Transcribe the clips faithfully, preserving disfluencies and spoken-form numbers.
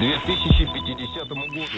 две тысячи пятидесятому году.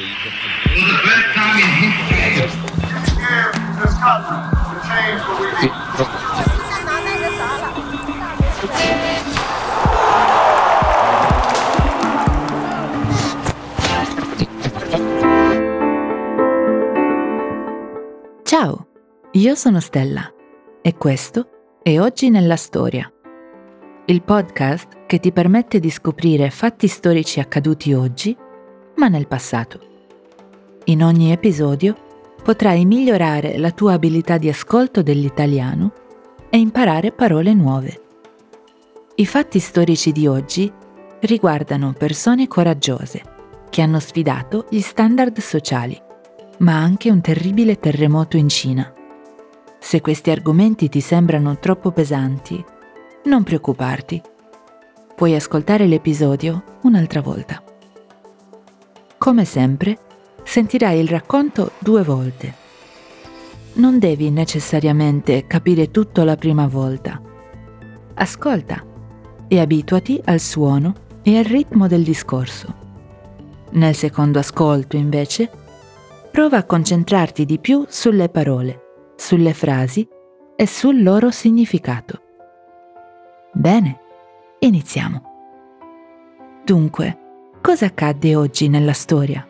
Ciao, io sono Stella e questo è Oggi nella Storia, il podcast che ti permette di scoprire fatti storici accaduti oggi, ma nel passato. In ogni episodio potrai migliorare la tua abilità di ascolto dell'italiano e imparare parole nuove. I fatti storici di oggi riguardano persone coraggiose che hanno sfidato gli standard sociali, ma anche un terribile terremoto in Cina. Se questi argomenti ti sembrano troppo pesanti, non preoccuparti. Puoi ascoltare l'episodio un'altra volta. Come sempre, sentirai il racconto due volte. Non devi necessariamente capire tutto la prima volta. Ascolta e abituati al suono e al ritmo del discorso. Nel secondo ascolto, invece, prova a concentrarti di più sulle parole, sulle frasi e sul loro significato. Bene, iniziamo. Dunque, cosa accadde oggi nella storia?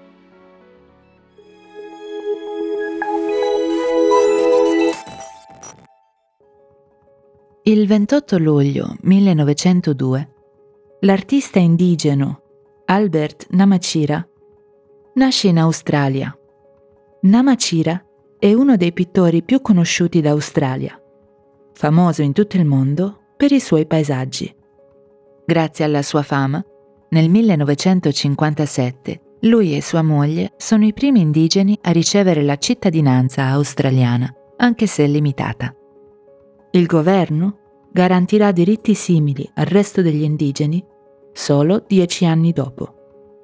Il ventotto luglio millenovecentodue, l'artista indigeno Albert Namatjira nasce in Australia. Namatjira è uno dei pittori più conosciuti d'Australia, famoso in tutto il mondo per i suoi paesaggi. Grazie alla sua fama, nel millenovecentocinquantasette lui e sua moglie sono i primi indigeni a ricevere la cittadinanza australiana, anche se limitata. Il governo garantirà diritti simili al resto degli indigeni solo dieci anni dopo.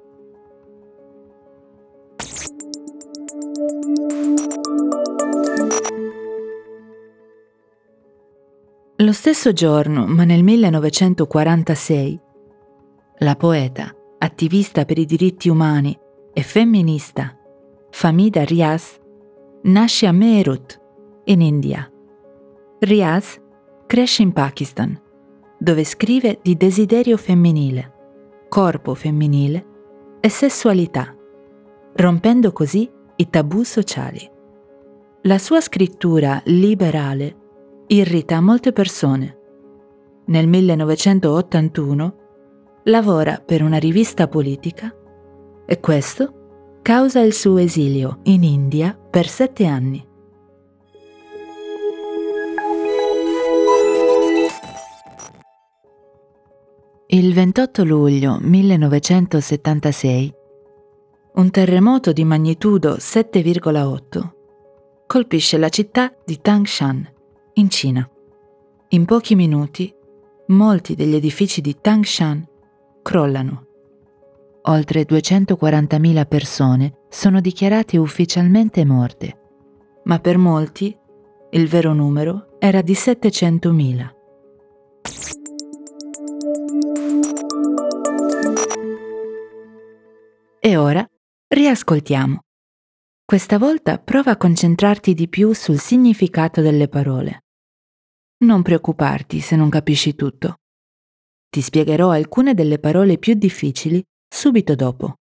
Lo stesso giorno, ma nel millenovecentoquarantasei, la poeta, attivista per i diritti umani e femminista Famida Riaz nasce a Meerut, in India. Riaz cresce in Pakistan, dove scrive di desiderio femminile, corpo femminile e sessualità, rompendo così i tabù sociali. La sua scrittura liberale irrita molte persone. Nel millenovecentottantuno lavora per una rivista politica e questo causa il suo esilio in India per sette anni. Il ventotto luglio millenovecentosettantasei, un terremoto di magnitudo sette virgola otto colpisce la città di Tangshan, in Cina. In pochi minuti, molti degli edifici di Tangshan crollano. Oltre duecentoquarantamila persone sono dichiarate ufficialmente morte, ma per molti il vero numero era di settecentomila. E ora riascoltiamo. Questa volta prova a concentrarti di più sul significato delle parole. Non preoccuparti se non capisci tutto. Ti spiegherò alcune delle parole più difficili subito dopo.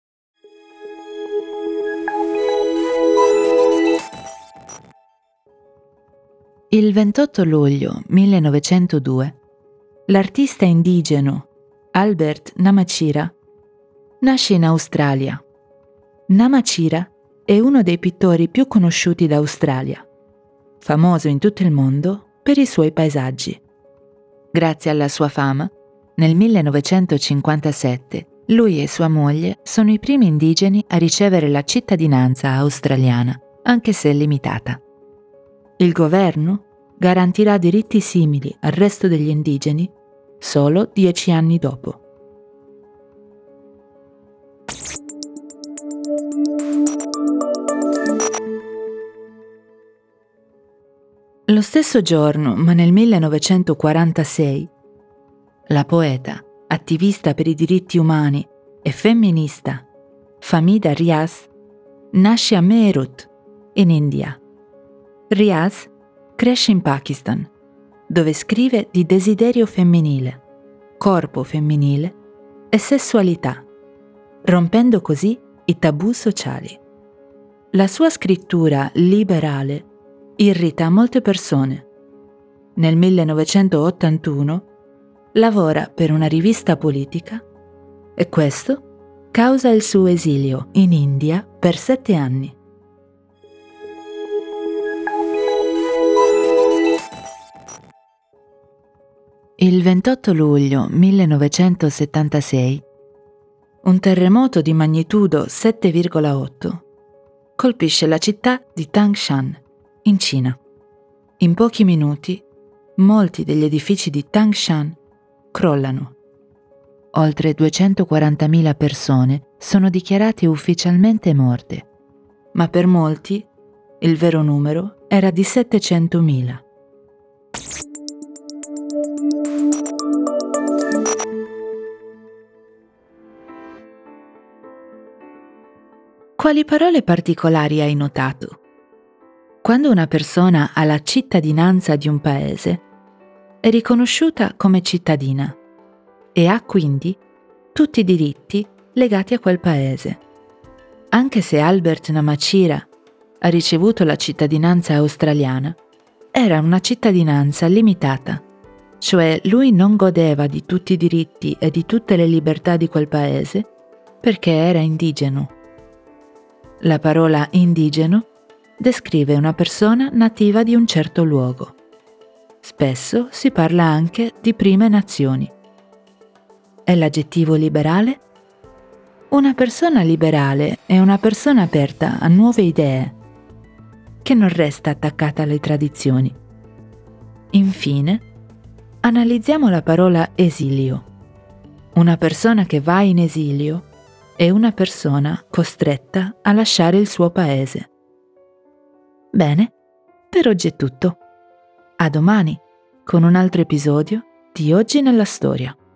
Il ventotto luglio millenovecentodue, l'artista indigeno Albert Namatjira nasce in Australia. Namatjira è uno dei pittori più conosciuti d'Australia, famoso in tutto il mondo per i suoi paesaggi. Grazie alla sua fama, nel millenovecentocinquantasette lui e sua moglie sono i primi indigeni a ricevere la cittadinanza australiana, anche se limitata. Il governo garantirà diritti simili al resto degli indigeni solo dieci anni dopo. Lo stesso giorno, ma nel millenovecentoquarantasei, la poeta, attivista per i diritti umani e femminista Famida Riaz nasce a Meerut, in India. Riaz cresce in Pakistan, dove scrive di desiderio femminile, corpo femminile e sessualità, rompendo così i tabù sociali. La sua scrittura liberale irrita molte persone. Nel millenovecentottantuno lavora per una rivista politica e questo causa il suo esilio in India per sette anni. Il ventotto luglio millenovecentosettantasei, un terremoto di magnitudo sette virgola otto colpisce la città di Tangshan, in Cina. In pochi minuti, molti degli edifici di Tangshan crollano. Oltre duecentoquarantamila persone sono dichiarate ufficialmente morte, ma per molti il vero numero era di settecentomila. Quali parole particolari hai notato? Quando una persona ha la cittadinanza di un paese, è riconosciuta come cittadina e ha quindi tutti i diritti legati a quel paese. Anche se Albert Namacira ha ricevuto la cittadinanza australiana, era una cittadinanza limitata, cioè lui non godeva di tutti i diritti e di tutte le libertà di quel paese perché era indigeno. La parola indigeno descrive una persona nativa di un certo luogo. Spesso si parla anche di prime nazioni. E l'aggettivo liberale? Una persona liberale è una persona aperta a nuove idee, che non resta attaccata alle tradizioni. Infine, analizziamo la parola esilio. Una persona che va in esilio è una persona costretta a lasciare il suo paese. Bene, per oggi è tutto. A domani con un altro episodio di Oggi nella Storia.